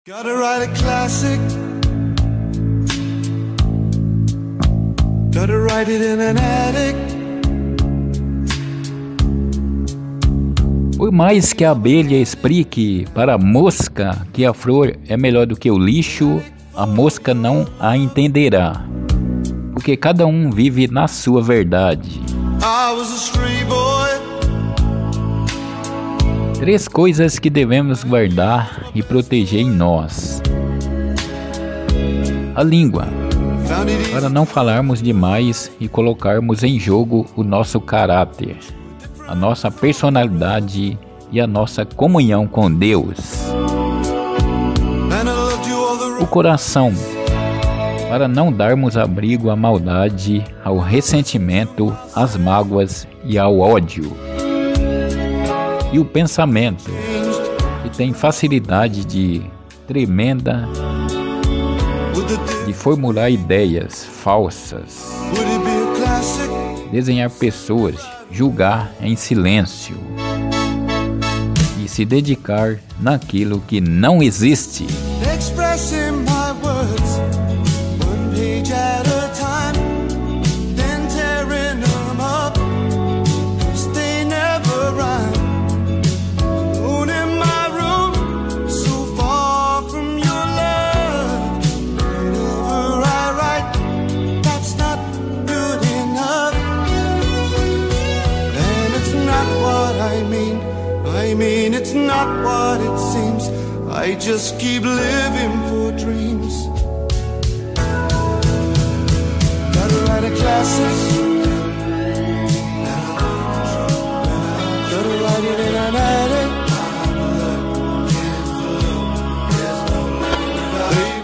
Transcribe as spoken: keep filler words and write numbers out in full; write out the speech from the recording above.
Gotta write a classic. Gotta write it in an attic. Por mais que a abelha explique para a mosca que a flor é melhor do que o lixo, a mosca não a entenderá, porque cada um vive na sua verdade. I was a stray boy. Três coisas que devemos guardar e proteger em nós: a língua, Found it easy. para não falarmos demais e colocarmos em jogo o nosso caráter, a nossa personalidade e a nossa comunhão com Deus. And I loved you all the O coração, para não darmos abrigo à maldade, ao ressentimento, às mágoas e ao ódio. E o pensamento, que tem facilidade de tremenda Would the de formular ideias falsas, would it be a classic? desenhar pessoas, julgar em silêncio e se dedicar naquilo que não existe. Expressing my words, one page at a time, then tearing them up, 'cause they never rhyme. Alone in my room, so far from your love. Whenever I write, that's not good enough. And it's not what I mean, I mean it's not what it seems. I just keep living for dreams. Gotta write a classic. Gotta write it in an attic.